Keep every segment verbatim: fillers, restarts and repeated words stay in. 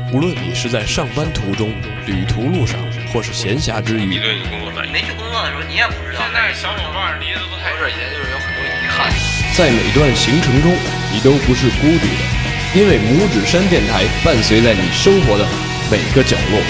无论你是在上班途中、旅途路上，或是闲暇之余， 你对你工作满意？ 没去工作的时候，你也不知道。 现在小伙伴离得不太远，以前就是有很多遗憾。 在每段行程中，你都不是孤独的，因为拇指山电台伴随在你生活的每个角落。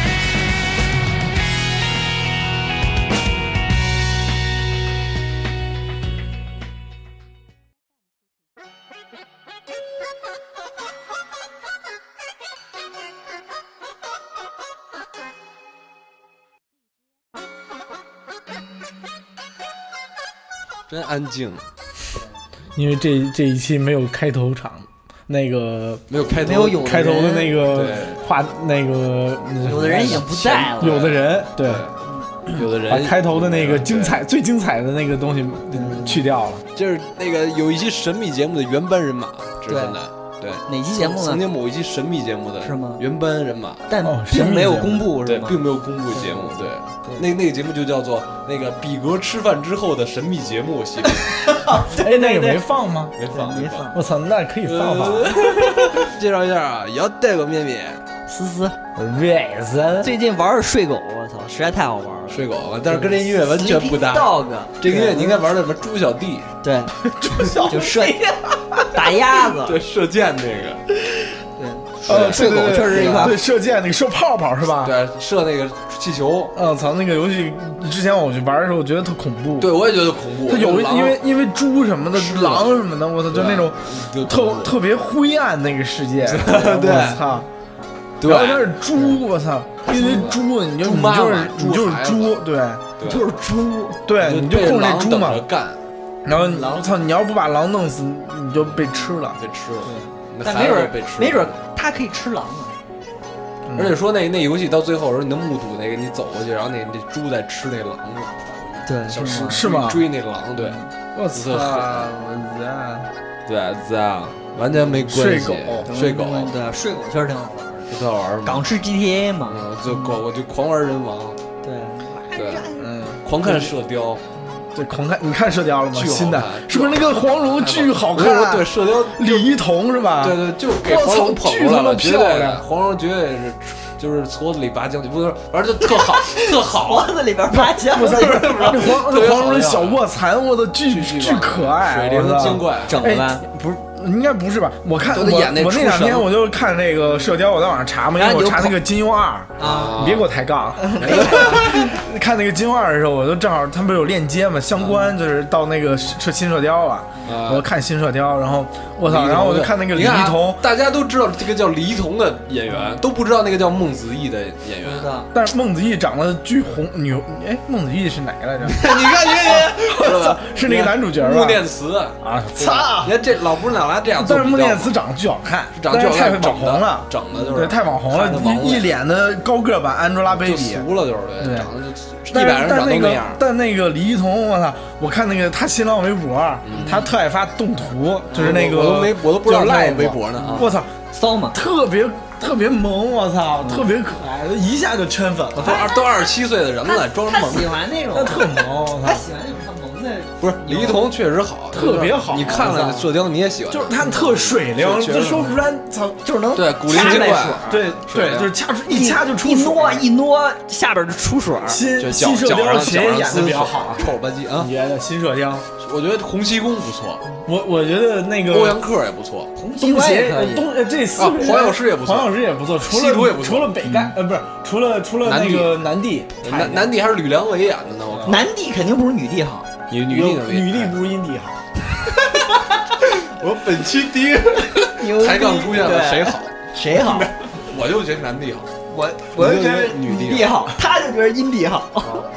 真安静， 因为这这一期没有开头场，那个没有开头， 没有有开头的那个话，那个有的人已经不在了， 有的人对， 有的人把开头的那个精彩、最精彩的那个东西去掉了。 就是那个有一期神秘节目的原班人马，只分的。对， 哪期节目呢？ 曾经某一期神秘节目的是吗？ 原班人马， 但并没有公布， 对，并没有公布节目。对，那那个节目就叫做那个比格吃饭之后的神秘节目系列。 哎，那个没放吗？ 没放， 没放。 我操，那可以放放。 介绍一下啊，要带个面面。 思思， 对， 最近玩的睡狗，我操，实在太好玩了。 睡狗，但是跟这音乐完全不搭。 Dog， 这个音乐你应该玩的什么猪小弟？ 对， 猪小弟就射打鸭子， 对，射箭那个。 对，呃，睡狗确实是一款， 对，射箭那个射泡泡是吧？ 对，射那个气球。 嗯，操，那个游戏之前我去玩的时候，我觉得特恐怖。 对，我也觉得恐怖。 它有因为因为猪什么的，狼什么的，我操，就那种特特别灰暗那个世界。我操。然后那是猪，我操！因为猪，你就你就是你就是猪，对， 就是猪， 对，你就控制猪嘛。 干， 然后我操，你要不把狼弄死，你就被吃了， 被吃了。 但没准没准他可以吃狼啊。 而且说那那游戏到最后的时候，你能目睹那个你走过去，然后那那猪在吃那狼呢。 对， 小是是吗？ 追那狼，对。 我操！我操！ 对，这样完全没关系。 睡狗， 睡狗， 对，睡狗确实挺好玩。 特好玩吗？ 港式 G T A 嘛， 嗯，就狂我就狂玩人王， 对对，嗯，狂看射雕， 对，狂看，你看射雕了吗？新的，是不是那个黄蓉巨好看？对，射雕李一桐是吧？ 对对，就给黄蓉捧出来了，绝对黄蓉绝对是就是矬子里拔将军，不是，反正就特好，特好， 矬子里边拔将军， 不是不是，那黄那黄蓉的小卧蚕，我的巨巨可爱， 水灵精怪， 整的不是。应该不是吧？我看我演那我那两天我就看那个射雕，我在网上查嘛，因为我查那个金庸二啊， 你别给我抬杠。看那个金庸二的时候，我就正好他们不是有链接嘛，相关就是到那个射新射雕了，我就看新射雕，然后我操，然后我就看那个李一桐， 大家都知道这个叫李一桐的演员，都不知道那个叫孟子义的演员。 但是孟子义长得巨红女，哎，孟子义是哪个来着？ 你看你看， 我操，是那个男主角吧？ 穆念慈啊，操！ 你看这老不是老拿这样， 但是穆念慈长得巨好看， 长得太网红了， 整的就是对，太网红了，一脸的高个版 Angelababy， 俗了就是对，长得就一百人长都那样。 但那个李一桐，我操！我看那个他新浪微博，他特爱发动图，就是那个我都没我都不知道他有微博呢啊！ 我操， 骚嘛， 特别特别萌，我操，特别可爱，一下就圈粉了。 都二都二十七岁的人了，装萌。 他喜欢那种， 他特萌，我操！ 他喜欢那种他萌的。 不是李一桐确实好， 特别好。 你看了射雕你也喜欢， 就是他特水灵，就说不然操，就是能对古灵精怪， 对对，就是掐出一掐就出一挪一挪下边就出水。 新新射雕谁演的比较好？ 臭吧唧啊！ 你觉得新射雕？ 我觉得洪七公不错， 我我觉得那个欧阳克也不错， 东邪东这四个黄药师也不错， 黄药师也不错，除了也不错， 除了北丐呃不是除了除了那个南帝， 南南帝还是吕良伟演的呢，我靠， 南帝肯定不如女帝好， 女女帝女帝不如阴帝好。 我本期第一抬杠出现了，谁好谁好？ 我就觉得南帝好， 我我就觉得女帝好，他就觉得阴帝好。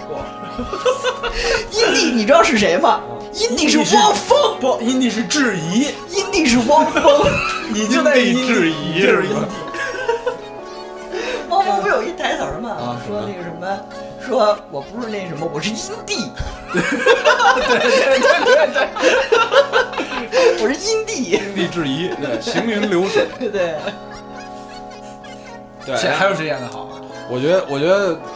阴帝你知道是谁吗？阴帝是汪峰， 不，阴帝是质疑， 阴帝是汪峰， 你就在质疑， 就是阴帝。 汪峰不有一台词吗？说那个什么，说我不是那什么，我是阴帝。对对对对对，我是阴帝。 阴帝质疑，对，行云流水。 对。 对， 谁还有谁演的好？ 我觉得，我觉得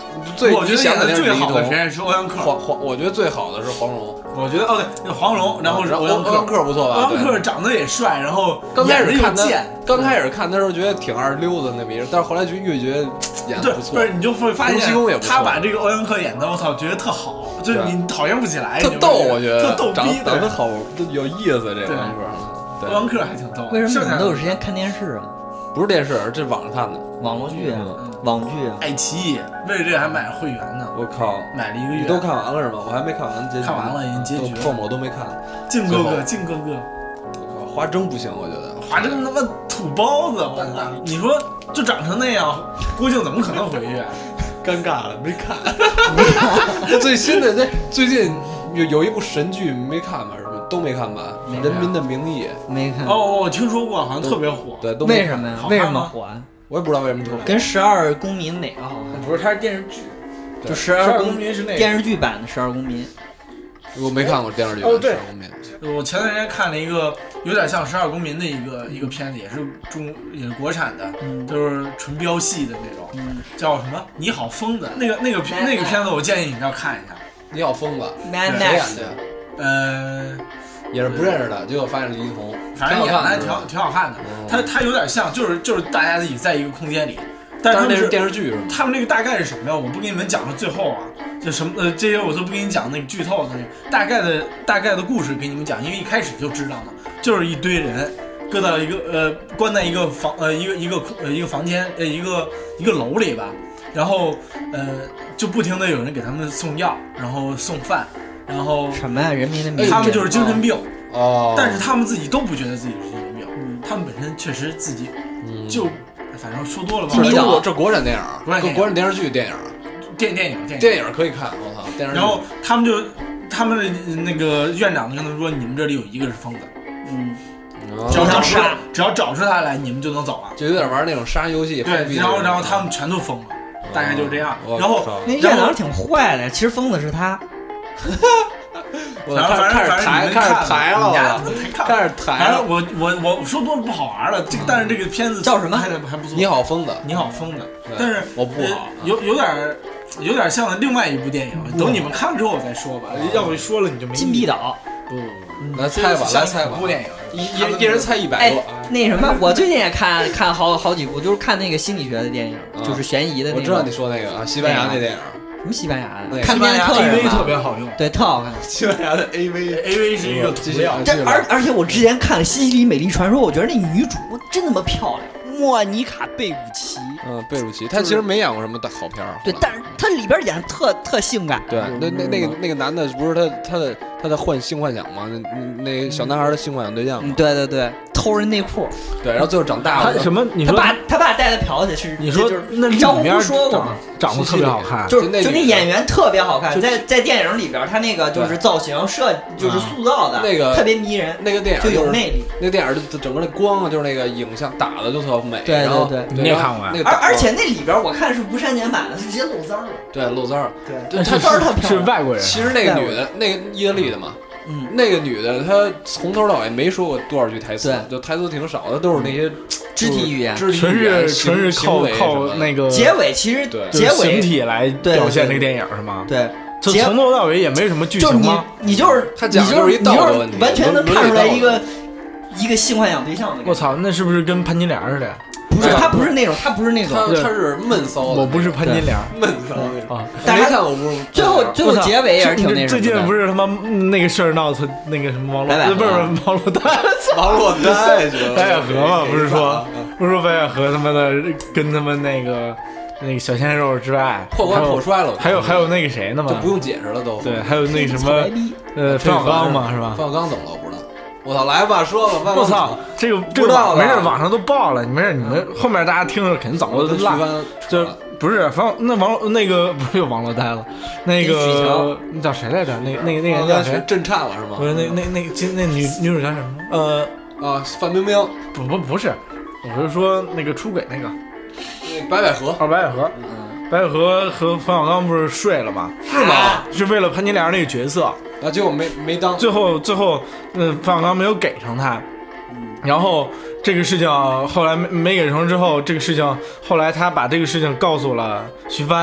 最我觉得演的最好的谁是欧阳克， 黄黄，我觉得最好的是黄蓉。 我觉得哦对，那黄蓉，然后是欧阳克， 欧阳克不错吧？ 欧阳克长得也帅，然后刚开始看他， 贱刚开始看的时候觉得挺二溜子那么一人，但是后来就越觉得演的不错。 不是，你就会发现也他把这个欧阳克演的，我操，觉得特好，就是你讨厌不起来， 特逗，我觉得特逗逼， 长得好有意思，这个欧阳克。 欧阳克还挺逗。 为什么你们都有时间看电视啊？ 不是电视，这是网上看的网络剧啊，网剧啊。 爱奇艺为了这个还买了会员呢。 我靠， 买了一个月。 你都看完了是吗？我还没看完结局。 看完了，已经结局了。 后面我都没看。 靖哥哥，靖哥哥。 我靠，华筝不行，我觉得。 华筝他妈土包子，我操！你说就长成那样，郭靖怎么可能回去？ 尴尬了，没看。没看。最新的那最近有有一部神剧没看吧？是不是都没看吧？《人民的名义》 没看。 哦，我听说过，好像特别火。 对，都为什么呀？为什么火？ 我也不知道为什么特火。 跟《十二公民》哪个好看？ 不是，它是电视剧。 就《十二公民》是那电视剧版的《十二公民》。 我没看过电视剧。 哦，对， 我前段时间看了一个有点像《十二公民》的一个一个片子，也是中也是国产的， 嗯、 就是纯飙戏的那种， 嗯、 叫什么？你好疯子。那个那个那个片子，我建议你要看一下。 你好疯子， 谁演的？ 呃， 也是不认识的，结果发现是李彤， 反正演的还挺好，挺好看的。他他有点像，就是就是大家自己在一个空间里。但是他们是电视剧是吗？ 他们这个大概是什么呀？我不给你们讲到最后啊，就什么呃这些我都不给你讲那个剧透的那个大概的大概的故事给你们讲，因为一开始就知道嘛，就是一堆人搁到一个呃关在一个房呃一个一个呃一个房间呃一个一个楼里吧，然后呃就不停的有人给他们送药，然后送饭，然后什么呀？人民的名义， 他们就是精神病哦， 但是他们自己都不觉得自己是精神病，嗯、他们本身确实自己就。嗯反正说多了吧， 这国这国产电影， 国产国产电视剧电影， 电电影电影电影可以看，我操！电视剧。 然后他们就他们的那个院长就跟他们说，你们这里有一个是疯子， 嗯， 只要找出只要找出他来，你们就能走了， 就有点玩那种杀游戏。 对，然后然后他们全都疯了，大概就是这样。然后那院长挺坏的，其实疯子是他。 我开始抬，开始抬了，开始抬。 反正我我我说多了不好玩了，这个但是这个片子叫什么还还不错。 你好疯子， 你好疯子，但是我不好， 有有点有点像另外一部电影，等你们看了之后我再说吧。要不说了你就没。 金币岛。 不不不，来猜吧，来猜吧。 部电影， 一一人猜一百多。 那什么，我最近也看看好好几部，就是看那个心理学的电影，就是悬疑的那个。 我知道你说那个啊，西班牙那电影。 什么西班牙的？ 看片特 A V 特别好用， 对，特好看。 西班牙的 A V，A V 是一个涂料。 这而而且我之前看了《西西里美丽传说》，我觉得那女主真他妈漂亮，莫妮卡贝鲁奇。 嗯，贝鲁奇，她其实没演过什么大好片儿。 对，但是她里边演的特特性感。 对，那那那个那个男的不是他他的他的幻性幻想吗？那那小男孩的性幻想对象。 对对对，偷人内裤。 对，然后最后长大了。 他什么？你说他爸他爸带他嫖去是？ 你说那张红不说过吗？ 长得特别好看， 就是就那演员特别好看，在在电影里边，他那个就是造型设就是塑造的那个特别迷人， 那个电影就有魅力。 那个电影就整个那光啊，就是那个影像打的就特美。 对对对， 你也看过呀？ 而而且那里边我看是不删减版的，是直接露簪了。 对，露簪儿。 对，她簪儿特漂亮。 是外国人。 其实那个女的，那个意大利的嘛。嗯，那个女的她从头到尾没说过多少句台词，就台词挺少的，都是那些肢体语言， 全是全是靠靠那个结尾，其实结尾形体来表现这个电影是吗？ 对， 就从头到尾也没什么剧情吗？ 你就是他讲就是一道德问题， 完全能看出来一个一个性幻想对象的。 我操，那是不是跟潘金莲似的？ 不是，他不是那种，他不是那种， 他他是闷骚的。 我不是潘金莲， 闷骚那种啊。 但是看我不是最后最后结尾也是挺那什么的。 最近不是他妈那个事儿闹出那个什么王珞，不是王珞丹， 王珞丹， 白百合嘛，不是说不是说白百合他妈的跟他们那个那个小鲜肉之外， 破罐破摔了。 还有还有那个谁呢嘛， 就不用解释了都。 对，还有那什么呃冯小刚嘛是吧？ 冯小刚怎么了？我不知道。我操，来吧，说吧。 我操，这个这个没事，网上都爆了。你没事，你们后面大家听着肯定早就烂。就不是王那王那个不是有王珞丹了，那个那叫谁来着？那那个那个叫谁？ 震颤了是吗？ 不是，那那那今那女女主叫什么？呃啊，范冰冰。 不不不是，我是说那个出轨那个。 白百合。 哦，白百合。白百合和冯小刚不是睡了吗？ 是吗？ 是为了潘金莲那个角色， 啊，结果没没当。 最后最后，嗯，冯小刚没有给成他，然后这个事情后来没没给成之后，这个事情后来他把这个事情告诉了徐帆，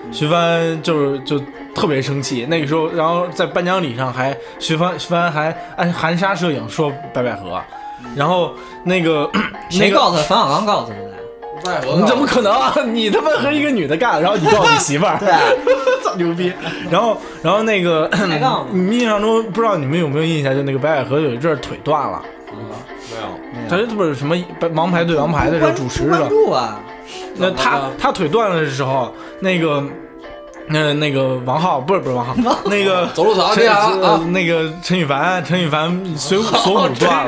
徐帆就是就特别生气，那个时候，然后在颁奖礼上还徐帆徐帆还按含沙射影说白百合，然后那个谁告诉他？冯小刚告诉他的。 白百合， 你怎么可能啊？你他妈和一个女的干，然后你告诉你媳妇儿， 对， 操牛逼！然后然后那个你印象中不知道你们有没有印象，就那个白百合有一阵腿断了。 没有， 他这不是什么王牌对王牌的时候主持的， 啊。 那他他腿断了的时候，那个那那个王浩不是不是王浩，那个走路草陈啊啊， 那个陈羽凡陈羽凡锁锁骨断了。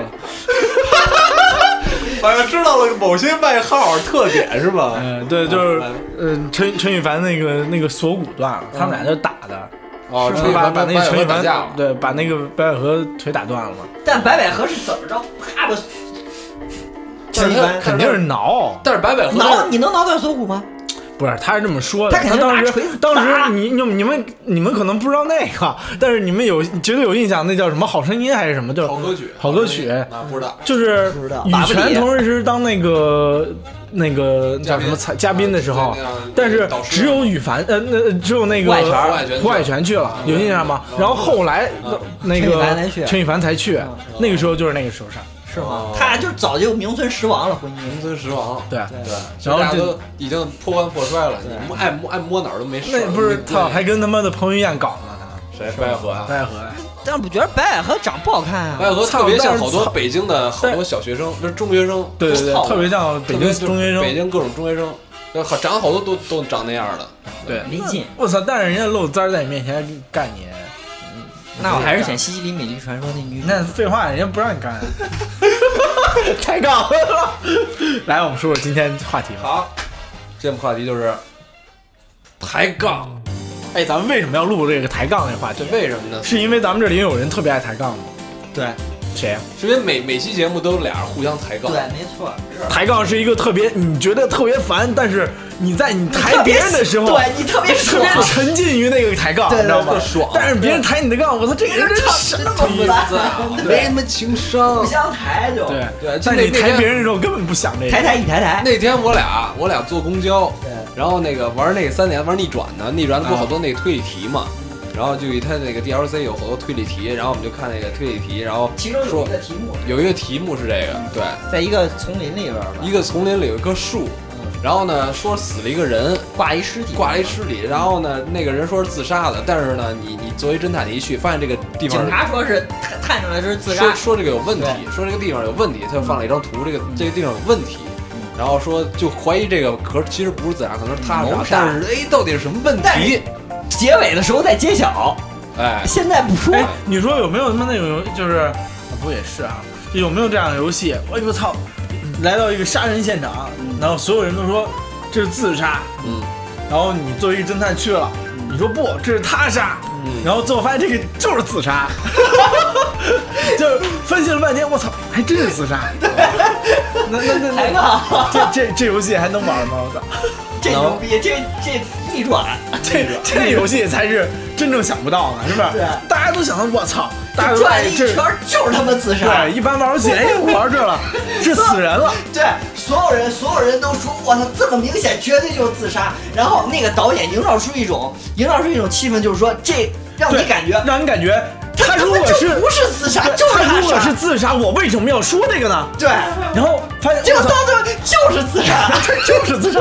好像知道了某些外号特点是吧？ 嗯，对，就是呃陈陈羽凡那个那个锁骨断了，他们俩就打的。 哦， 是把把那个陈羽凡对把那个白百合腿打断了嘛？ 但白百合是怎么着？啪的， 陈羽凡肯定是挠， 但是白百合挠你能挠断锁骨吗？ 不是，他是这么说的。 他肯定当时锤子当时你你你们你们可能不知道那个，但是你们有绝对有印象，那叫什么好声音还是什么？就是好歌曲， 好歌曲啊，不知道， 就是羽泉同时当那个那个叫什么嘉宾的时候，但是只有羽凡呃那只有那个胡海泉去了，有印象吗？然后后来那个陈羽凡才去，那个时候就是那个手上。 是吗？他俩就早就名存实亡了，婚姻名存实亡。 对对，然后都已经破罐破摔了，你爱摸爱摸哪儿都没事。 那不是他还跟他妈的彭于晏搞呢？ 谁？白百合啊？ 白百合。 但是不觉得白百合长不好看啊？ 白百合特别像好多北京的好多小学生，就是中学生。 对对对，特别像北京中学生， 北京各种中学生，长得好多都都长那样的。 对， 没劲。 我操！但是人家露簪在你面前干你。 那我还是选西西里美丽传说那女。 那废话，人家不让你干。抬杠。来，我们说说今天话题吧。 好，这话题就是抬杠。 哎，咱们为什么要录这个抬杠这个话题？ 为什么呢？ 是因为咱们这里有人特别爱抬杠吗？ 对。 谁呀？ 是因为每每期节目都有俩人互相抬杠。 对，没错。 抬杠是一个特别你觉得特别烦，但是你在你抬别人的时候， 对你特别特别沉浸于那个抬杠，你知道吗？ 爽。 但是别人抬你的杠，我操，这个人真什么烦， 没什么情商， 互相抬就。 对对。 但你抬别人的时候根本不想这个。 抬抬一抬抬。 那天我俩我俩坐公交，然后那个玩那个三年玩逆转的，逆转的不好多那个推理题嘛。然后就以他那个 D L C 有好多推理题，然后我们就看那个推理题，然后其中有一个题目， 有一个题目是这个，对， 在一个丛林里边吧， 一个丛林里有一棵树，然后呢说死了一个人， 挂一尸体， 挂了一尸体，然后呢那个人说是自杀的，但是呢你你作为侦探你一去发现这个地方， 警察说是探探出来是自杀， 说说这个有问题，说这个地方有问题，他就放了一张图，这个这个地方有问题。然后说就怀疑这个壳其实不是自杀，可能是他杀，但是哎到底是什么问题？ 结尾的时候再揭晓。 哎， 现在不说。 哎，你说有没有他妈那种就是，啊、不也是啊？有没有这样的游戏？哎呦我操！来到一个杀人现场，嗯、然后所有人都说这是自杀， 嗯， 然后你作为一个侦探去了，嗯、你说不，这是他杀，嗯，然后最后发现这个就是自杀，就是分析了半天，我操，还真是自杀。那那那抬杠， 这这这游戏还能玩吗？我操！ 这牛逼，这这逆转， 这这游戏才是真正想不到呢，是不是？ 对， 大家都想到我操，大家都转一圈就是他妈自杀。 对，一般玩游戏，哎，我玩这了，是死人了。 对，所有人所有人都说，我操，这么明显，绝对就是自杀。然后那个导演营造出一种营造出一种气氛，就是说这让你感觉， 让你感觉。 他如果是不是自杀，就是他如果是自杀，我为什么要说这个呢？ 对， 然后发现这个到最后就是自杀， 就是自杀。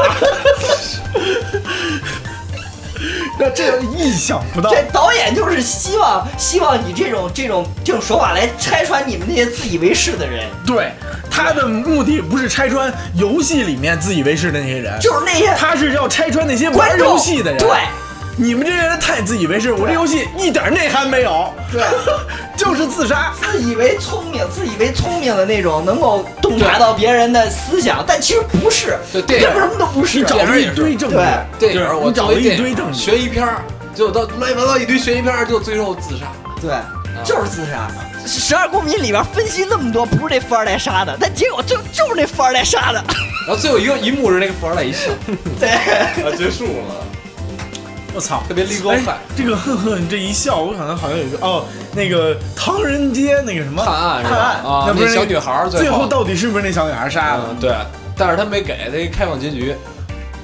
那这意想不到， 这导演就是希望希望你这种这种这种手法来拆穿你们那些自以为是的人。 对，他的目的不是拆穿游戏里面自以为是的那些人， 就是那些， 他是要拆穿那些玩游戏的人。 对。 你们这些人太自以为是，我这游戏一点内涵没有， 对， 就是自杀， 自以为聪明，自以为聪明的那种，能够洞察到别人的思想，但其实不是， 对，电影什么都不是， 你找了一堆证据， 对，电影我找了一堆证据， 悬疑片儿，结果到乱七八糟一堆悬疑片儿，就最后自杀， 对，就是自杀。十二公民里边分析那么多，不是这富二代杀的，但结果就就是那富二代杀的， 然后最后一个一幕是那个富二代一笑， 对， 啊，结束了。 我操， 特别立功派。 这个哼哼，你这一笑，我可能好像有一个哦，那个唐人街那个什么探案探案啊， 那不是小女孩最后到底是不是那小女孩杀的？ 对，但是他没给他一开放结局。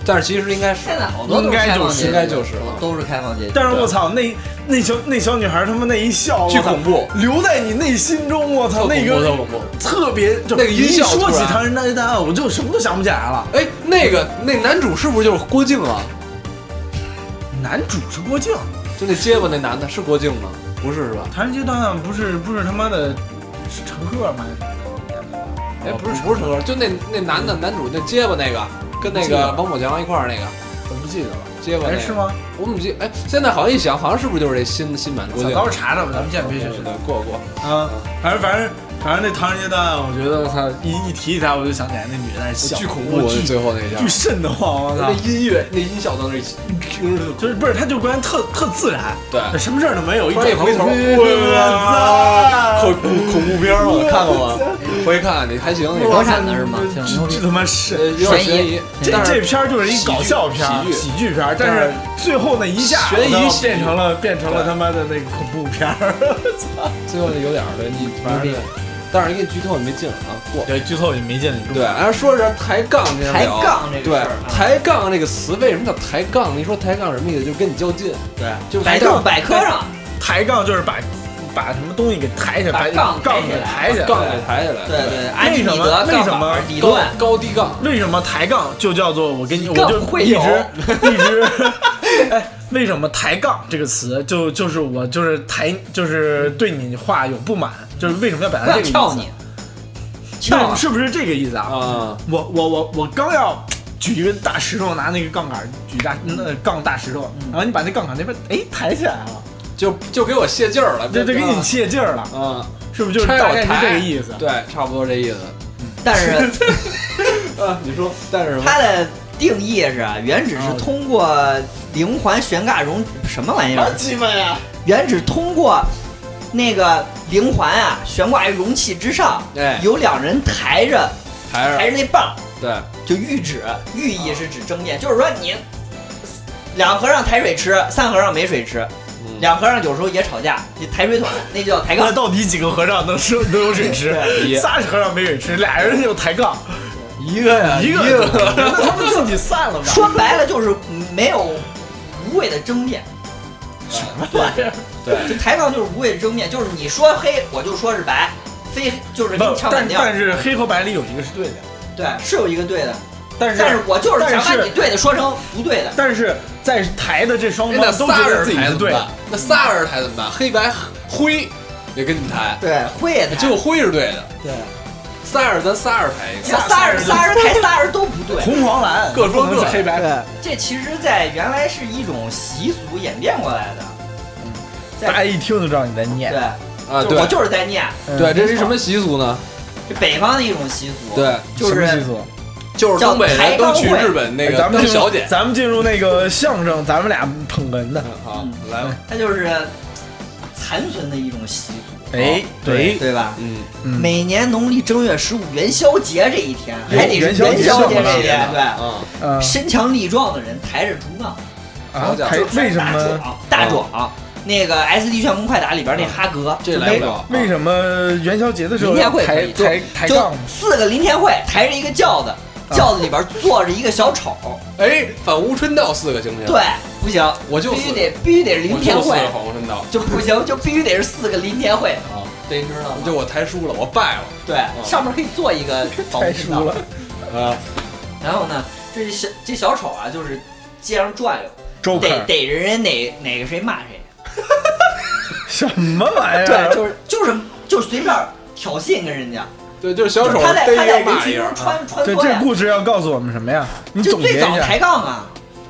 但是其实应该是现在好多都是开放结局， 应该就是都是开放结局。 但是我操，那那小那小女孩他妈那一笑， 巨恐怖， 留在你内心中，我操，那个特别，就那个音效， 说起《唐人街探案》，我就什么都想不起来了。 哎，那个那男主是不是就是郭靖啊？ 男主是郭靖， 就那结巴那男的是郭靖吗？不是是吧？ 《唐人街探案》不是不是他妈的是陈赫吗？ 哎，不是不是陈赫，就那那男的男主那结巴那个，跟那个王宝强一块儿那个， 我不记得了。 结巴、那个、 是吗？ 我怎么记？哎，现在好像一想，好像是不是就是这新新版郭靖？ 到时候查查吧，咱们见面必须过过啊。反正反正反正那《唐人街探案》，我觉得我操，一一提起他，我就想起来那女的在笑， 巨恐怖，最后那下巨瘆得慌，我操！ 那音乐那音效都是听着就是不是，他就关特特自然， 对， 什么事儿都没有，一转一回头， 我操！恐恐怖片我看过吗？回看你还行，你国产的是吗？ 这他妈是有点悬疑。 这这片就是一搞笑片、喜剧片，但是最后那一下悬疑变成了变成了他妈的那个恐怖片。 操！最后有点的你反正。但是给你剧透你没进啊，过。 对，剧透你没进。 对，然后说着抬杠这抬杠这个对，抬杠这个词为什么叫抬杠？你说抬杠什么意思？就是跟你较劲。 对， 就百度百科上， 抬杠就是把把什么东西给抬起来， 把杠杠给抬起来， 杠给抬起来。 对对， 为什么为什么理论高低杠？ 为什么抬杠就叫做我给你我就会一直一直哎。为什么抬杠这个词就就是我就是抬就是对你话有不满，就是为什么要表达这个意思？ 撬你， 撬是不是这个意思啊？ 啊， 我我我我刚要举一个大石头，拿那个杠杆举大那杠大石头，然后你把那杠杆那边哎抬起来了， 就就给我泄劲儿了， 就就给你泄劲儿了， 啊， 是不是就是大概是这个意思？ 对，差不多这意思。 但是啊，你说，但是它的定义是原只是通过灵环悬挂容什么玩意儿？ 鸡巴呀！ 原只通过那个灵环啊悬挂于容器之上， 哎， 有两人抬着抬着抬着那棒， 对， 就喻指寓意是指争辩，就是说你两和尚抬水吃，三和尚没水吃。两和尚有时候也吵架，你抬水团，那就叫抬杠。 那到底几个和尚能吃能有水吃？仨和尚没水吃，俩人就抬杠。 一个呀， 一个，那他们自己散了吧？ 说白了就是没有无谓的争辩。 什么玩意儿？ 对， 就抬杠就是无谓的争辩，就是你说黑，我就说是白，非就是给你唱反调。 但是黑和白里有一个是对的。 对，是有一个对的。 但是， 但是我就是想把你对的说成不对的。 但是在抬的这双方都觉得自己是对的， 那仨人抬怎么办？黑白灰也跟你抬， 对，灰也抬， 只有灰是对的。 对， 仨人咱仨人抬一个，仨人仨人抬仨人都不对， 红黄蓝各说各， 黑白。 对，这其实，在原来是一种习俗演变过来的。 嗯，大家一听就知道你在念。 对， 啊，对， 我就是在念。 对，这是什么习俗呢？ 是北方的一种习俗。 对， 就是习俗。 就是东北人都去日本那个当小姐， 咱们进入那个相声，咱们俩捧哏的， 好，来吧。 它就是残存的一种习俗， 哎，对对吧？ 嗯， 每年农历正月十五元宵节这一天，还得是元宵节这一天，对，身强力壮的人抬着竹杠， 啊，抬为什么大壮？那个 S D 旋风快打里边那哈格， 这来不了。 为什么元宵节的时候抬抬抬杠？ 四个林天会抬着一个轿子。轿子里边坐着一个小丑， 哎，反无春道四个行不行？ 对，不行， 我就必须得必须得是林天会， 反无春道就不行，就必须得是四个林天会啊，对，你知道吗？ 就我抬输了，我败了， 对，上面可以做一个抬输了啊。然后呢，这小这小丑啊，就是街上转悠，逮逮着人哪哪个谁骂谁， 什么玩意儿？ 对，就是就是就是随便挑衅跟人家。 对，就是小丑他在他在人群中穿穿对，这故事要告诉我们什么呀？你总结一下。 最早抬杠啊，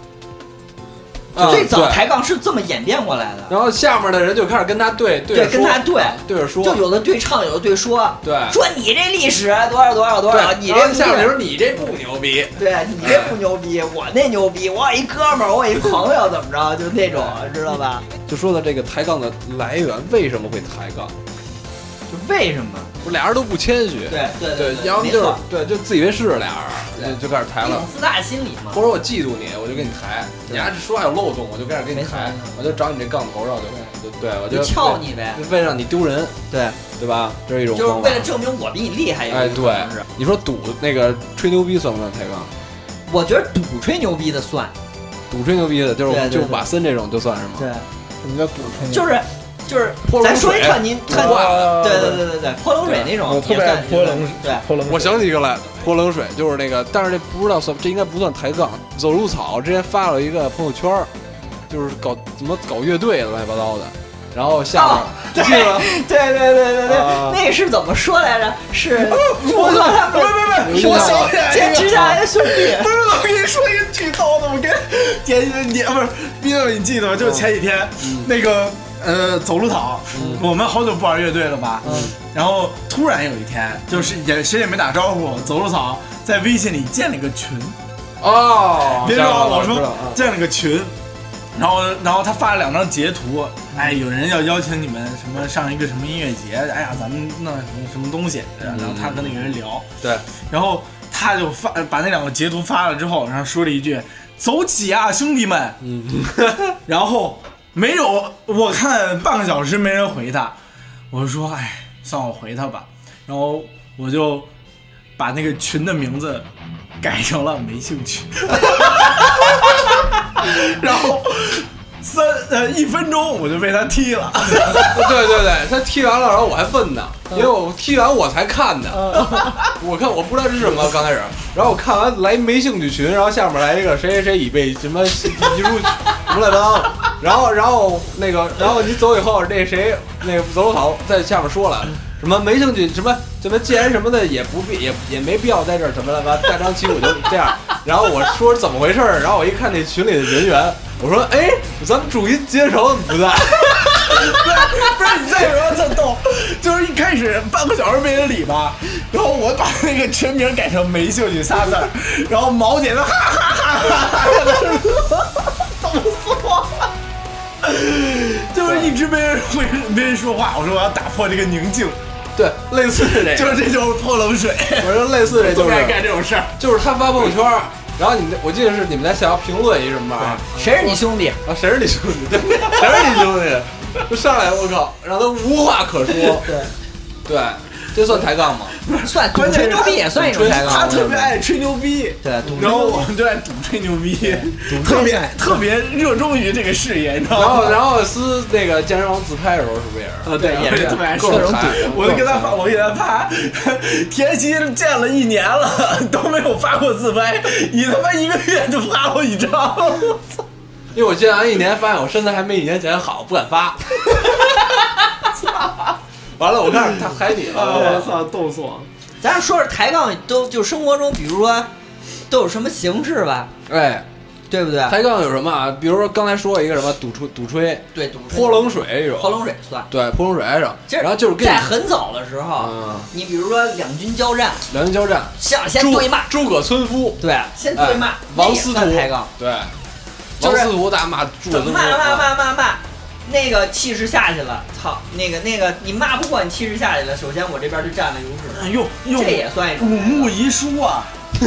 最早抬杠是这么演变过来的。 然后下面的人就开始跟他对对跟他对对着说， 就有的对唱，有的对说。 对， 说你这历史多少多少多少，你这下面说你这不牛逼， 对你这不牛逼，我那牛逼，我有一哥们儿，我有一朋友，怎么着，就那种，知道吧？ 就说到这个抬杠的来源，为什么会抬杠？ 就为什么？ 不，俩人都不谦虚， 对对对，要么就是对，就自以为是，俩人就就开始抬了， 一种自大心理嘛。 或者我嫉妒你，我就跟你抬，你还说话有漏洞，我就开始跟你抬，我就找你这杠头上，就就对我就撬你呗， 为了让你丢人， 对对吧？这是一种就是为了证明我比你厉害。 哎，对，你说赌那个吹牛逼算不算抬杠？ 我觉得赌吹牛逼的算， 赌吹牛逼的就是对对对就瓦森这种就算是吗？ 对， 什么叫赌吹牛？ 就是就是泼冷水咱说一特您特哇对对对对对，泼冷水那种， 我特别爱泼冷水， 对， 泼冷水。 我想起一个来，泼冷水就是那个，但是这不知道算，这应该不算抬杠。走路草之前发了一个朋友圈，就是搞怎么搞乐队乱七八糟的，然后下面、 哦、对对对对对对，啊、那个是怎么说来着？是我和他们， 不不不，我想起来坚持下来的兄弟。 不是，我跟你说一个剧透的，我跟前你不是斌哥，你记得吗？就是前几天、嗯、那个。呃，走路草、嗯，我们好久不玩乐队了吧？嗯，然后突然有一天，就是也谁也没打招呼，走路草在微信里建了个群。 哦， 别说我说建了个群，然后然后他发了两张截图，哎，有人要邀请你们什么上一个什么音乐节，哎呀，咱们弄什么什么东西，然后他跟那个人聊， 对， 然后他就发把那两个截图发了之后，然后说了一句“走起啊，兄弟们”，嗯，然后。没有，我看半个小时没人回他，我就说，哎，算我回他吧。然后我就把那个群的名字改成了没兴趣，然后三呃一分钟我就被他踢了。 对对对，他踢完了，然后我还问呢，因为我踢完我才看的，我看我不知道是什么刚开始，然后我看完来没兴趣群，然后下面来一个谁谁谁已被什么进入什么乱七八糟。然后，然后那个，然后你走以后，那谁，那个走路草在下面说了，什么没兴趣，什么什么，既然什么的也不必，也也没必要在这儿什么了吧，大张旗鼓就这样。然后我说怎么回事儿，然后我一看那群里的人员，我说，哎，咱们主音接手不在。 不是你这有点这逗，就是一开始半个小时没人理吧，然后我把那个群名改成没兴趣仨字儿，然后毛姐的哈哈哈哈哈哈，怎么说？就是一直没人会没人说话，我说我要打破这个宁静， 对，类似这个， 就是这就是泼冷水。 我说类似这就是爱干这种事儿， 就是他发朋友圈，然后你们我记得是你们在下边评论一什么玩意儿， 谁是你兄弟啊？谁是你兄弟？对，谁是你兄弟？就上来我靠，让他无话可说。 对， 对。这算抬杠吗？ 算，赌吹牛逼也算一种抬杠。 他特别爱吹牛逼， 对， 然后我们就爱赌吹牛逼，特别特别热衷于这个事业，你知道吗？ 然后，然后撕那个健身房自拍的时候，是不是也是？ 呃，对，也是特别爱各种赌。我就跟他发，我给他发，田曦见了一年了都没有发过自拍，你他妈一个月就发过一张。 因为我见完一年，发现我身材还没一年前好，不敢发。完了，我看他踩你了， 我操，逗死我！ 咱说说抬杠，都就生活中，比如说都有什么形式吧？ 哎， 对不对？ 抬杠有什么啊？比如说刚才说一个什么赌吹、赌吹， 对，赌吹、 泼冷水这种， 泼冷水算。 对，泼冷水这种。然后就是在很早的时候，嗯、你比如说两军交战， 两军交战， 先先对骂诸葛村夫， 对，先对骂、 哎、王司徒抬杠， 对，王司徒大骂诸葛村夫， 骂骂骂骂骂。那个气势下去了，操！那个那个，你骂不过，你气势下去了。首先我这边就占了优势。 哎呦， 这也算一种五木遗书啊！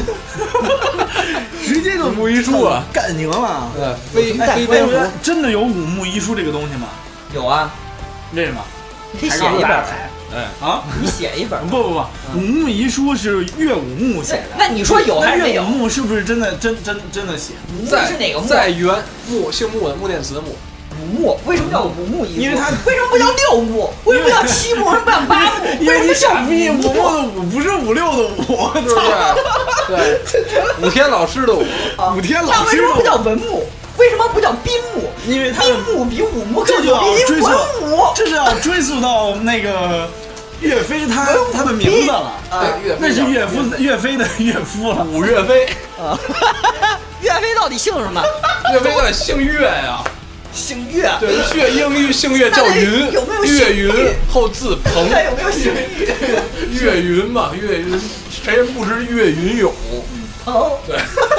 直接就五木遗书啊， 干赢了。 对，飞飞蝙蝠真的有五木遗书这个东西吗？ 有啊。 为什么？ 你可以写一本。 哎啊！ 你写一本。 不不不，五木遗书是岳武穆写的。 那你说有还是没有？ 岳武穆是不是真的真真真的写？ 在是哪个穆？ 在原穆姓穆的穆念慈穆。 五木为什么叫五木遗书？ 因为它为什么不叫六木？为什么叫七木？为什么不叫八木？ 因为你傻逼，五木的五不是五六的五， 对不对？对，武天老师的武， 武天老师。 那为什么不叫文木？为什么不叫宾木？ 因为宾木比五木这就要追溯， 武这就要追溯到那个岳飞他他的名字了。 对， 那是岳父岳飞的岳父了， 武岳飞。 啊，岳飞到底姓什么？ 岳飞到底姓岳呀？ 姓岳， 对，岳英玉姓岳叫云， 有没有岳云后字鹏， 他有没有姓岳？ 岳云嘛，岳云，谁人不知岳云勇？ 哦， 对。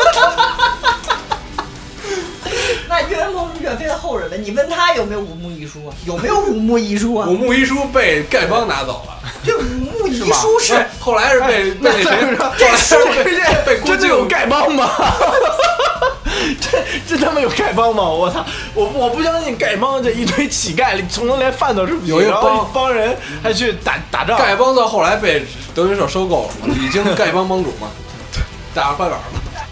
那岳飞是岳飞的后人们，你问他有没有五木遗书啊？有没有五木遗书啊？ 五木遗书被丐帮拿走了。 这五木遗书是后来是被被那谁？ 这是被真的有丐帮吗？这这他妈有丐帮吗？我操！我我不相信丐帮这一堆乞丐，从头连饭都吃不起， 有一帮帮人还去打打仗。 丐帮到后来被德云社收购了，已经丐帮帮主嘛，打快板嘛。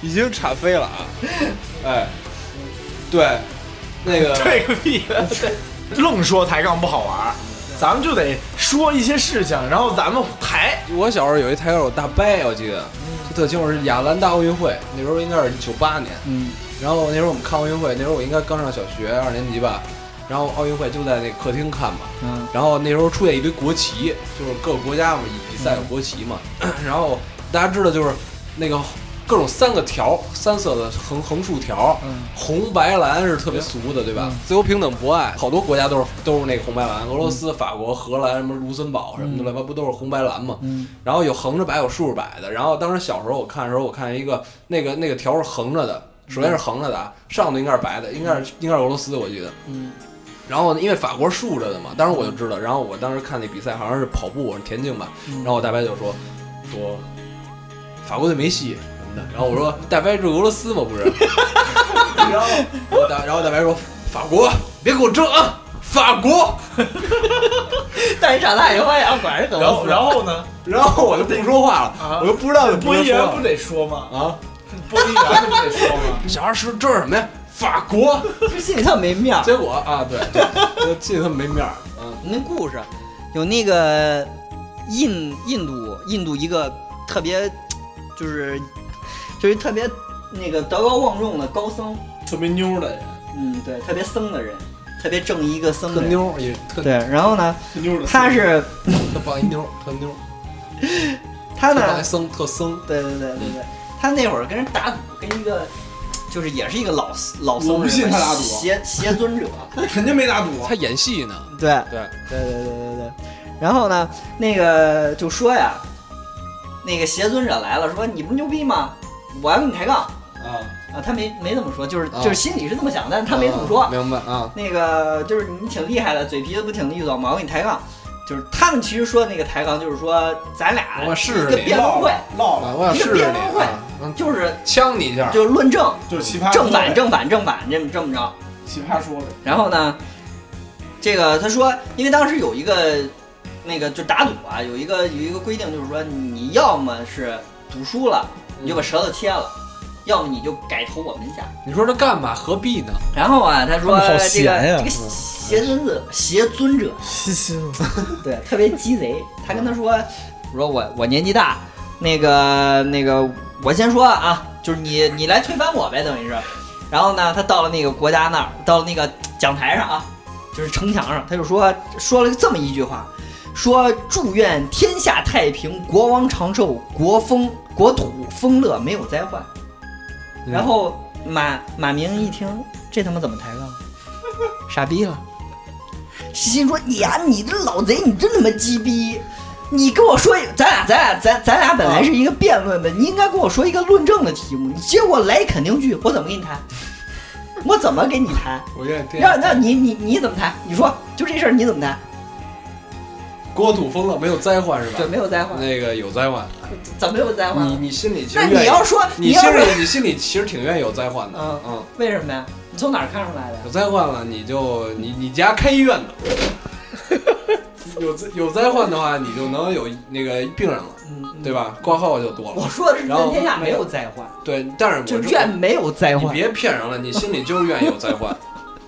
已经铲飞了啊！哎，对，那个对个屁！愣说抬杠不好玩，咱们就得说一些事情，然后咱们抬。 我小时候有一抬杠手大伯，我记得就特清楚，是亚特兰大奥运会，那时候应该是九八年。嗯。然后那时候我们看奥运会，那时候我应该刚上小学二年级吧。然后奥运会就在那客厅看嘛。嗯。然后那时候出现一堆国旗，就是各个国家嘛比赛有国旗嘛。嗯、然后大家知道就是那个。各种三个条，三色的横横竖条，嗯、红白蓝是特别俗的，对吧？嗯、自由平等博爱，好多国家都是都是那个红白蓝，俄罗斯、嗯、法国、荷兰什么卢森堡什么的，乱七八不都是红白蓝吗？嗯、然后有横着摆，有竖着摆的。然后当时小时候我看的时候，我看一个那个那个条是横着的，首先是横着的啊，上头应该是白的，应该是应该是俄罗斯，我记得。嗯。然后因为法国竖着的嘛，当时我就知道。然后我当时看那比赛好像是跑步，是田径吧。然后我大伯就说说法国队没戏。然后我说大白是俄罗斯吗？不是。然后我大然后大白说法国，别给我争啊，法国。 但是长大以后呀，果然是俄罗斯。 然后然后呢？ 然后我就不说话了，啊、我就不知道播音员不得说吗？ 啊， 播音员不得说吗？ 小孩说这是什么呀？法国， 就心里特没面儿。 结果啊，对，对心里特没面儿。嗯， 那故事有那个印印度印度一个特别就是。就是特别那个德高望重的高僧， 特别妞的人， 嗯，对，特别僧的人，特别正义一个僧的人， 特妞也特对。然后呢， 特妞的他是特棒一妞，特妞。 他呢， 特僧特僧， 对对对对对。他那会儿跟人打赌，跟一个就是也是一个老老僧人， 我不信他打赌， 邪邪尊者， 他肯定没打赌， 他演戏呢。 对对对对对对对。然后呢，那个就说呀，那个邪尊者来了，说你不牛逼吗？我要跟你抬杠啊啊！他没没这么说，就是就是心里是这么想，但是他没这么说。 啊、明白啊？ 那个就是你挺厉害的，嘴皮子不挺利索吗？我跟你抬杠，就是他们其实说的那个抬杠，就是说咱俩一个辩论会， 唠了， 我想试试你， 一个辩论会，就是呛你一下， 就是论证， 就是奇葩正反正反正反这么这么着， 奇葩说的。 然后呢，这个他说，因为当时有一个那个就打赌啊，有一个有一个规定，就是说你要么是赌输了。你就把舌头切了，要么你就改投我门下。 你说这干嘛？何必呢？ 然后啊，他说他这个这个邪尊者，邪尊者，对，特别鸡贼。他跟他说，我说我我年纪大，那个那个我先说啊，就是你你来推翻我呗，等于是。然后呢，他到了那个国家那儿，到了那个讲台上啊，就是城墙上，他就说说了这么一句话。说祝愿天下太平，国王长寿，国风国土丰乐，没有灾患。嗯、然后马马明一听，这他妈怎么抬杠？傻逼了。西西说：“你呀、啊，你这老贼，你真他妈鸡逼！你跟我说，咱俩咱俩咱咱俩本来是一个辩论的，你应该跟我说一个论证的题目，你结果来一肯定句，我怎么给你谈？我怎么给你谈？ 我愿意听。 让让你你你怎么谈？你说就这事儿你怎么谈？” 国土丰乐，没有灾患是吧？ 对，没有灾患。 那个有灾患， 怎么有灾患？ 你你心里其实那你要说， 你心里你心里其实挺愿意有灾患的。 嗯嗯，为什么呀？你从哪儿看出来的？ 有灾患了，你就你你家开医院的。有有灾患的话，你就能有那个病人了，嗯，对吧？挂号就多了。 我说的是全天下没有灾患。 对，但是就愿没有灾患。 你别骗人了，你心里就是愿意有灾患。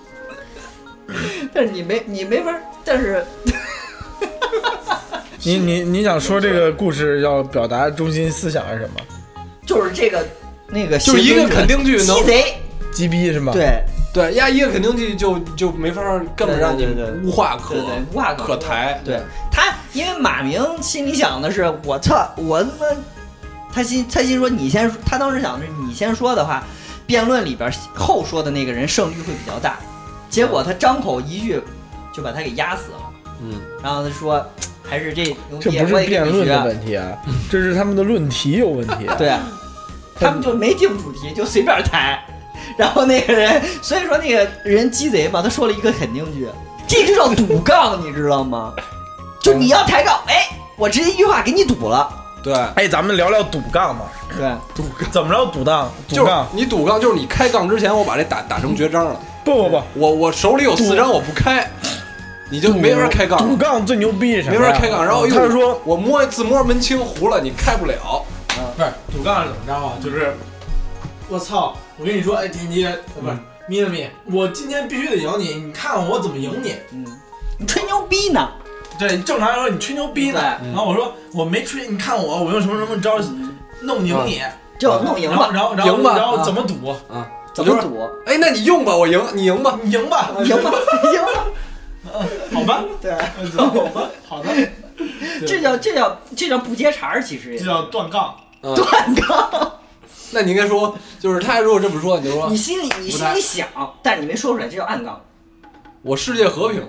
但是你没你没法，但是。 你你你想说这个故事要表达中心思想是什么？ 就是这个那个就是一个肯定句能鸡贼鸡逼是吗？ 对对，压一个肯定句就就没法根本让你无话可对对对无话可可抬。 对他，因为马明心里想的是我操我他妈，他心他心说你先，他当时想的是你先说的话，辩论里边后说的那个人胜率会比较大，结果他张口一句就把他给压死了。嗯，然后他说。还是这这不是辩论的问题啊，这是他们的论题有问题、啊。 对啊，他们就没定主题，就随便抬。然后那个人，所以说那个人鸡贼嘛，他说了一个肯定句，这就叫赌杠，你知道吗？就你要抬杠，哎，我直接一句话给你赌了。 对， 哎，咱们聊聊赌杠嘛。 对， 赌怎么着赌杠？ 赌杠，你赌杠就是你开杠之前，我把这打打成绝章了。 不不不， 我我手里有四张，我不开。你就没法开杠， 赌杠最牛逼什么？ 没法开杠，然后他就说我摸自摸门清糊了，你开不了。 嗯，不是赌杠是怎么着啊？就是我操，我跟你说，哎，田鸡，不是咪咪咪，我今天必须得赢你，你看我怎么赢你？ 嗯，你吹牛逼呢？ 对，正常来说你吹牛逼呢。然后我说我没吹，你看我，我用什么什么招弄赢你， 就弄赢吧， 然后然后赢吧， 然后怎么赌啊？ 怎么赌？ 哎，那你用吧，我赢，你赢吧， 你赢吧， 赢吧，赢吧。 好吧， 对， 好吧，好的。 这叫这叫这叫不接茬儿，其实也这叫断杠， 断杠。 那你应该说，就是他如果这么说，你就说你心里你心里想，但你没说出来，这叫暗杠。 我世界和平。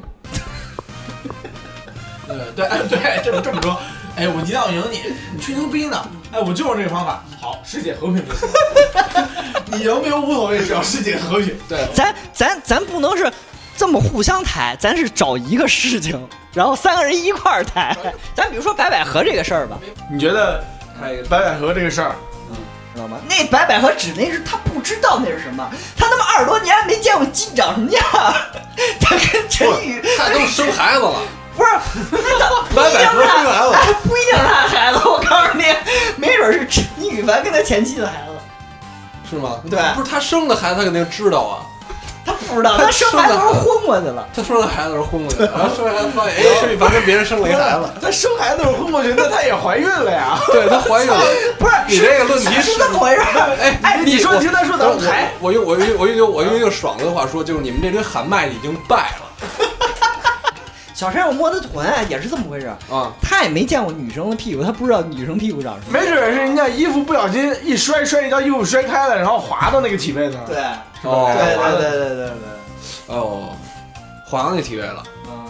对对对，这么这么说，哎，我一定要赢你，你吹牛逼呢？哎，我就用这个方法，好，世界和平就行。你赢没有无所谓，只要世界和平。 对， 咱咱咱不能是这么互相抬，咱是找一个事情，然后三个人一块儿抬。咱比如说白百合这个事儿吧， 你觉得白百合这个事儿？ 知道吗？那白百合指那是他不知道那是什么，他他妈二十多年没见过鸡长什么样，他跟陈宇他都生孩子了， 不是， 白百合生孩子， 哎，不一定是他的孩子，我告诉你，没准是陈羽凡跟他前妻的孩子， 是吗？ 对， 不是他生的孩子，他肯定知道啊。 他不知道，他生孩子时候昏过去了。 他生了孩子时候昏过去了，然后生完孩子发现，哎，陈羽凡跟别人生了一孩子。 他生孩子时候昏过去，那他也怀孕了呀？ 对，他怀孕了。 不是， 你这个论题是这么回事？ 哎哎， 你说听他说咱们抬， 我用我用我用我用一个爽的话说，就是你们这堆喊麦的已经败了。 小山我摸他臀也是这么回事啊， 他也没见过女生的屁股，他不知道女生屁股长什么。 没准是人家衣服不小心一摔，摔一跤，衣服摔开了，然后滑到那个体位呢。 对， 哦， 对对对对对对。 哦，滑到那体位了。 嗯。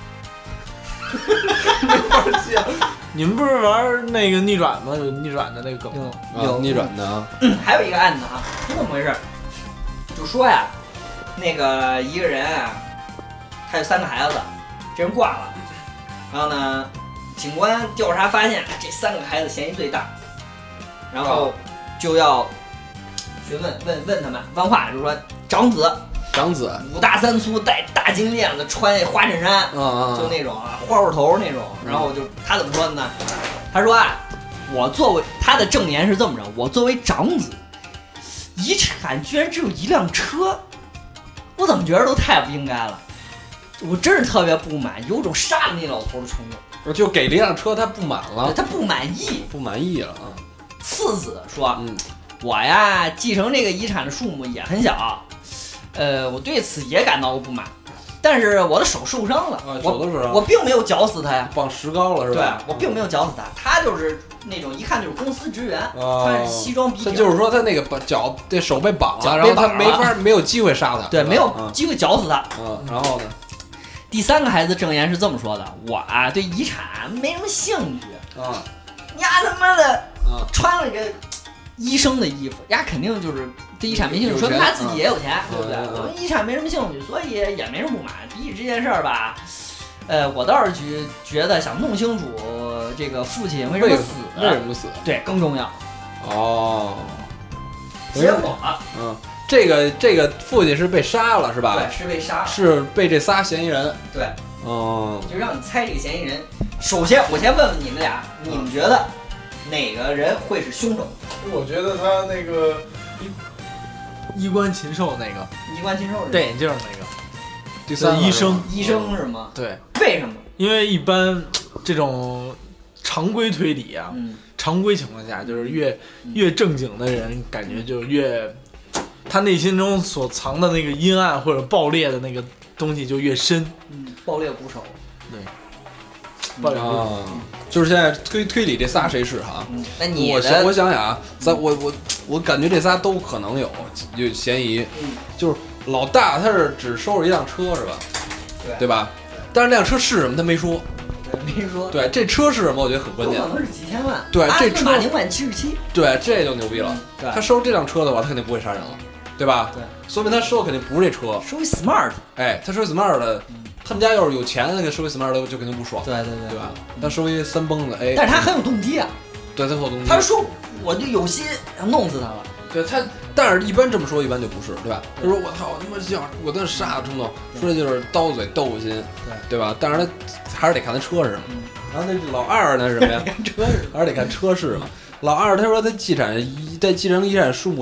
没法接。你们不是玩那个逆转吗？有逆转的那个梗吗？ 有逆转的啊。 还有一个案子啊，是这么回事？就说呀，那个一个人啊，他有三个孩子。这人挂了，然后呢，警官调查发现这三个孩子嫌疑最大，然后就要询问问问他们，问话就是说长子， 长子五大三粗，戴大金链子，穿那花衬衫， 啊啊， 就那种啊花花头那种，然后就他怎么说的呢？他说啊，我作为他的证言是这么着，我作为长子，遗产居然只有一辆车，我怎么觉得都太不应该了。我真是特别不满，有种杀了那老头的冲动。 就给这辆车他不满了， 他不满意， 不满意了啊。 次子说：“ 嗯， 我呀继承这个遗产的数目也很小，呃，我对此也感到不满，但是我的手受伤了， 啊、手都受伤， 我并没有绞死他呀， 绑石膏了是吧？ 对，我并没有绞死他，他就是那种一看就是公司职员， 哦、 穿西装笔挺。 他就是说他那个脚这手被绑了，然后他没法没有机会杀他， 对，没有机会绞死他。 嗯，然后呢？” 第三个孩子证言是这么说的：“我啊对遗产没什么兴趣啊， 丫他妈的穿了个医生的衣服，丫肯定就是对遗产没兴趣，说明他自己也有钱，对不对？我们遗产没什么兴趣，所以也没什么不满。比起这件事儿吧，呃，我倒是觉觉得想弄清楚这个父亲为什么死， 为什么死？ 对，更重要。 哦， 结果， 嗯。”这个这个父亲是被杀了是吧？ 对，是被杀了， 是被这仨嫌疑人。 对， 哦、嗯， 就让你猜这个嫌疑人。首先，我先问问你们俩，你们觉得哪个人会是凶手？ 我觉得他那个衣冠禽兽那个， 衣冠禽兽戴眼镜那个， 第三医生， 医生是吗？ 对， 为什么？ 因为一般这种常规推理啊， 嗯、 常规情况下，就是越越正经的人，感觉就越。他内心中所藏的那个阴暗或者爆裂的那个东西就越深， 嗯，爆裂鼓手， 对，爆裂鼓手， 啊、就是现在推推理这仨谁是哈？ 嗯，那你我想我想想啊，咱我我我感觉这仨都可能有有嫌疑， 嗯， 就是老大他是只收拾一辆车是吧？ 对， 对吧？但是那辆车是什么他没说， 没说， 对，这车是什么我觉得很关键， 可能是几千万， 对，这车零万七十七， 对，这就牛逼了， 嗯、对， 他收拾这辆车的话，他肯定不会杀人了。对吧？ 对， 说明他收的肯定不是这车， 收一 smart。 哎，他收一 smart 的，嗯、他们家要是有钱，那个收一 smart 的就肯定不爽。 对对对， 对吧？他收一三蹦子，哎， 但是他很有动机啊。 对，他很有动机。 他说我就有心要弄死他了。 对他，但是一般这么说，一般就不是，对吧？他说我操，他妈想我那杀的冲动，说的就是刀嘴豆腐心， 对对吧？但是他还是得看他车是什么。嗯、然后那老二呢是什么呀？ 看车是， 还是得看车是嘛。老二他说他继产在继承遗产数目小。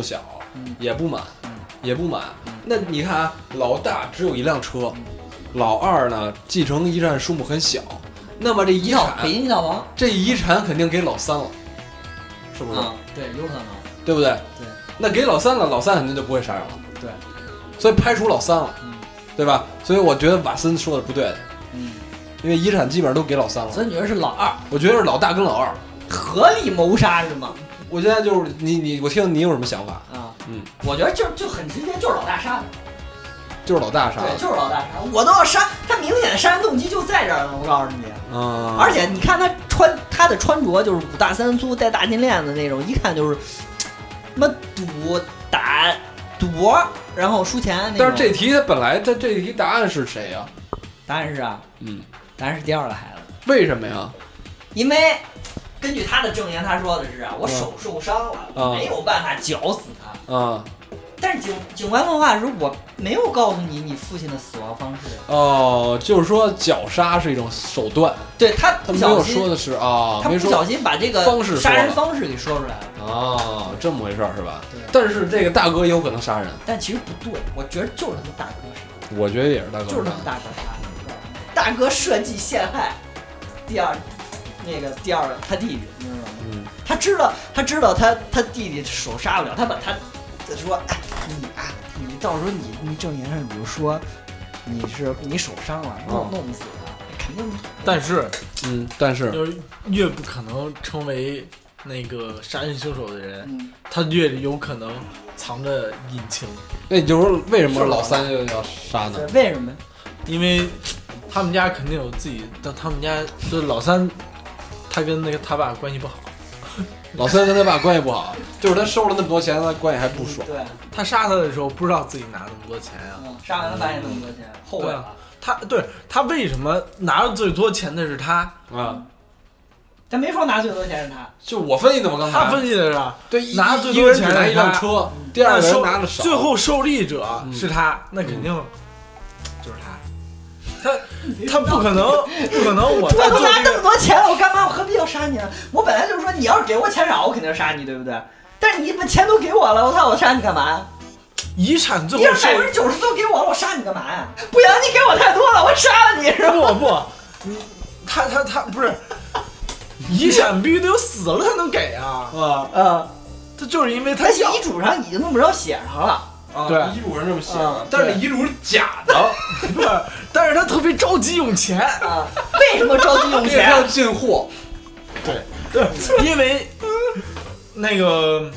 也不满，也不满。那你看啊，老大只有一辆车，老二呢继承遗产数目很小，那么这遗产北京小王， 这遗产肯定给老三了，是不是？ 啊，对，有可能， 对不对？ 对。 那给老三了，老三肯定就不会杀人了。 对。 所以排除老三了， 嗯， 对吧？所以我觉得瓦森说的不对的， 嗯， 因为遗产基本上都给老三了。 所以你觉得是老二？ 我觉得是老大跟老二合力谋杀是吗？ 我现在就是你你，我听听你有什么想法啊？ 嗯， 我觉得就就很直接，就是老大杀的， 就是老大杀的， 对，就是老大杀。我都要杀他，明显的杀人动机就在这儿呢。我告诉你， 嗯， 而且你看他穿他的穿着就是五大三粗，戴大金链子那种，一看就是什么赌打赌博，然后输钱那种。 但是这题他本来他这题答案是谁呀？ 答案是啊， 嗯， 答案是第二个孩子。 为什么呀？ 因为根据他的证言，他说的是啊，我手受伤了， 嗯、 没有办法绞死他。 嗯。 但是警警官问话的时候，我没有告诉你你父亲的死亡方式。 哦，就是说绞杀是一种手段。 对他他没有说的是啊、哦， 他不小心把这个方式杀人方式给说出来了。 哦，这么回事是吧？ 对。 但是这个大哥也有可能杀人。 但其实不对，我觉得就是他大哥杀的。 我觉得也是大哥杀的。 就是他大哥杀的。大哥设计陷害第二那个第二个他弟弟，你知道吗？ 嗯。 他知道他知道他他弟弟手杀不了，他把他。说，哎，你啊，你到时候你你证言上，比如说你是你手伤了，弄弄死他，肯定。 但是， 嗯，但是就是越不可能成为那个杀人凶手的人， 嗯、 他越有可能藏着隐情。 那你就说为什么老三又要杀呢？ 为什么？ 因为他们家肯定有自己，但他们家就是老三，他跟那个他爸关系不好。 老三跟他爸关系不好，就是他收了那么多钱，他关系还不爽。 对， 他杀他的时候不知道自己拿那么多钱呀、啊嗯，杀完了发现那么多钱，后悔了。 他对他为什么拿的最多钱的是他啊？ 他没说拿最多钱是他， 就我分析的嘛，刚才他分析的是对， 拿最多钱拿一辆车，第二个人拿了少， 最后受利者是他， 嗯、 那肯定就是他。他他不可能，不可能！我在我都拿这那么多钱了，我干嘛？我何必要杀你呢？我本来就是说，你要是给我钱少，我肯定杀你，对不对？但是你把钱都给我了，我操，我杀你干嘛呀？ 遗产最后你要百分之九十都给我了，我杀你干嘛呀？不行，你给我太多了，我杀了你是吧？ 不不，你他他他不是，遗产必须得有死了才能给啊！ 啊啊！ 他就是因为他遗嘱上已经那么着写上了。 啊、 对， 遗嘱上这么写的，但是遗嘱是假的， 不是，但是他特别着急用钱啊。为什么着急用钱？ 他要进货。 对对，因为那个，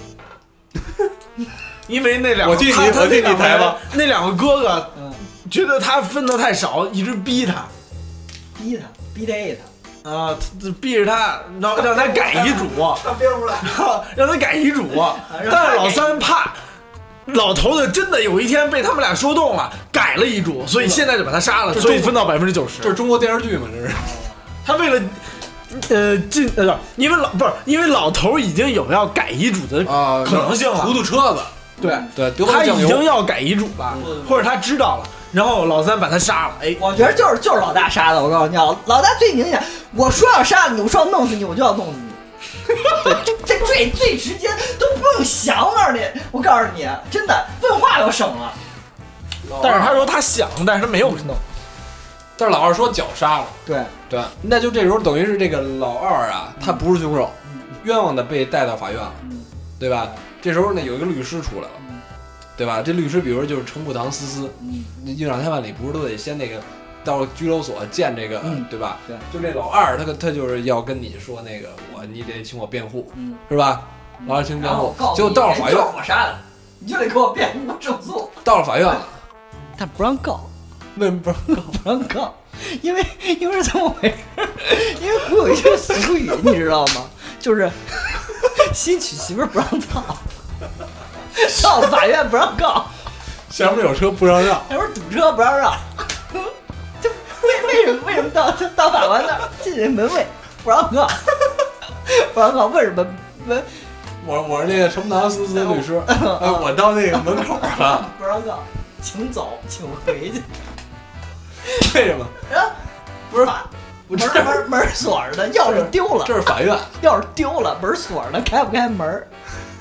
因为那两个， 我替你，我替你抬吧。 那两个哥哥，嗯，觉得他分的太少，一直逼他， 逼他，逼他他。 啊，逼着他，让让他改遗嘱， 他憋不出来， 让他改遗嘱，但是老三怕。老头子真的有一天被他们俩说动了，改了遗嘱，所以现在就把他杀了，所以分到百分之九十。 这是中国电视剧吗？这是？ 他为了，呃，进呃，因为老不是因为老头已经有要改遗嘱的可能性了， 糊涂车子。 对对， 他已经要改遗嘱了，或者他知道了，然后老三把他杀了。哎， 我觉得就是就是老大杀的。我告诉你，老大最明显，我说要杀你，我说要弄死你，我就要弄死你。对，这最最直接，都不用想那儿的。我告诉你，真的问话都省了。 但是他说他想，但是他没有弄。 但是老二说绞杀了。 对对，那就这时候等于是这个老二啊，他不是凶手，冤枉的被带到法院了，对吧？这时候呢，有一个律师出来了，对吧？这律师比如就是程步堂思思，印上台办理不是都得先那个。到拘留所见这个， 嗯、 对吧？ 对， 就这老二，他他就是要跟你说那个我，你得请我辩护， 嗯， 是吧？老二请辩护， 结果到了法院， 我杀的，你就得给我辩护胜诉。 到了法院了， 他不让告， 为什么不让告？ 不让告，因为因为是怎么回事？因为古有一句俗语，你知道吗？就是新娶媳妇不让操，到了法院不让告， 前面有车不让让， 前面堵车不让让。为为什么为什么到到法官那儿进人门卫不让告，不让告？为什么问？ 我我是那个程步堂思思律师，哎，我到那个门口了， 不让告，请走，请回去。 为什么？ 啊，不是法，门门门锁着的，钥匙丢了， 这是法院， 钥匙丢了，门锁着的，开不开门？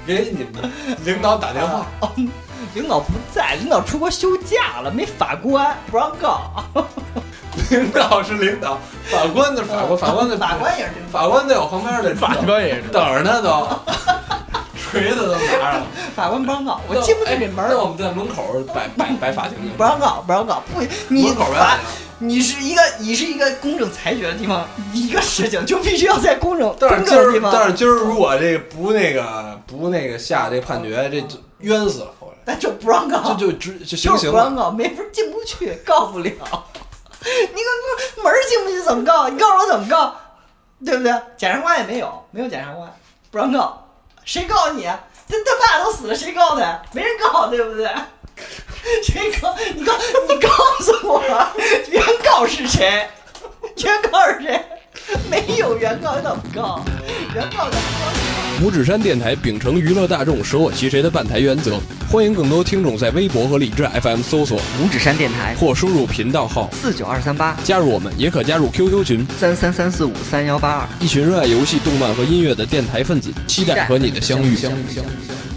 给你们领导打电话， 哦，领导不在，领导出国休假了，没法官，不让告。 领导是领导，法官的法官，法官的法官也是法官得有旁边的法官也是等着呢都，锤子都拿上了。 法官不让告，我进不去这门。 那我们在门口摆摆摆法庭去， 不让告，不让告，不，你门口法，你是一个你是一个公正裁决的地方，一个事情就必须要在公正公正的地方。 但是今儿如果这不那个不那个下这判决，这就冤死了。 那就不让告， 就就直就行刑了，不让告，没法进不去，告不了。你个门进不去怎么告？你告诉我怎么告，对不对？检察官也没有，没有检察官，不让告，谁告你啊？他他爸都死了，谁告他？没人告，对不对？谁告？你告你告诉我，原告是谁？原告是谁？没有原告怎么告？原告怎么告？ 拇指山电台秉承娱乐大众舍我其谁的办台原则，欢迎更多听众在微博和荔枝 F M 搜索拇指山电台或输入频道号四九二三八加入我们，也可加入 Q Q 群三三三四五三幺八二， 一群热爱游戏、动漫和音乐的电台分子，期待和你的相遇。 相遇相遇。